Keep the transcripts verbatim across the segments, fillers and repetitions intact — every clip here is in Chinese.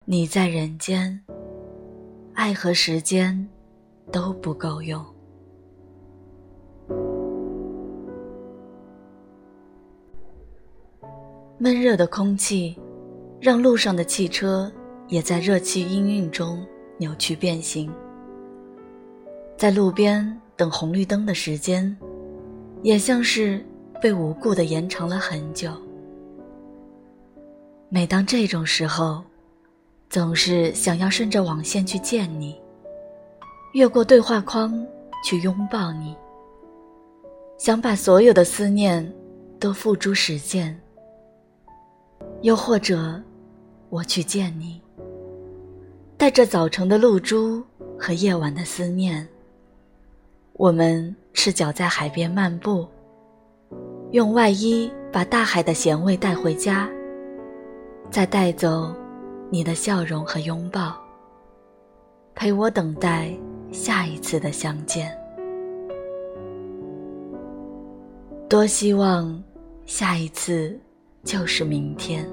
你在人间，爱和时间都不够用。闷热的空气让路上的汽车也在热气氤氲中扭曲变形。在路边等红绿灯的时间，也像是被无故地延长了很久。每当这种时候，总是想要顺着网线去见你，越过对话框去拥抱你，想把所有的思念都付诸实践。又或者我去见你，带着早晨的露珠和夜晚的思念，我们赤脚在海边漫步，用外衣把大海的咸味带回家，再带走你的笑容和拥抱，陪我等待下一次的相见。多希望下一次就是明天，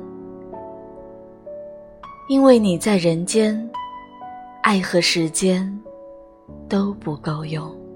因为你在人间，爱和时间都不够用。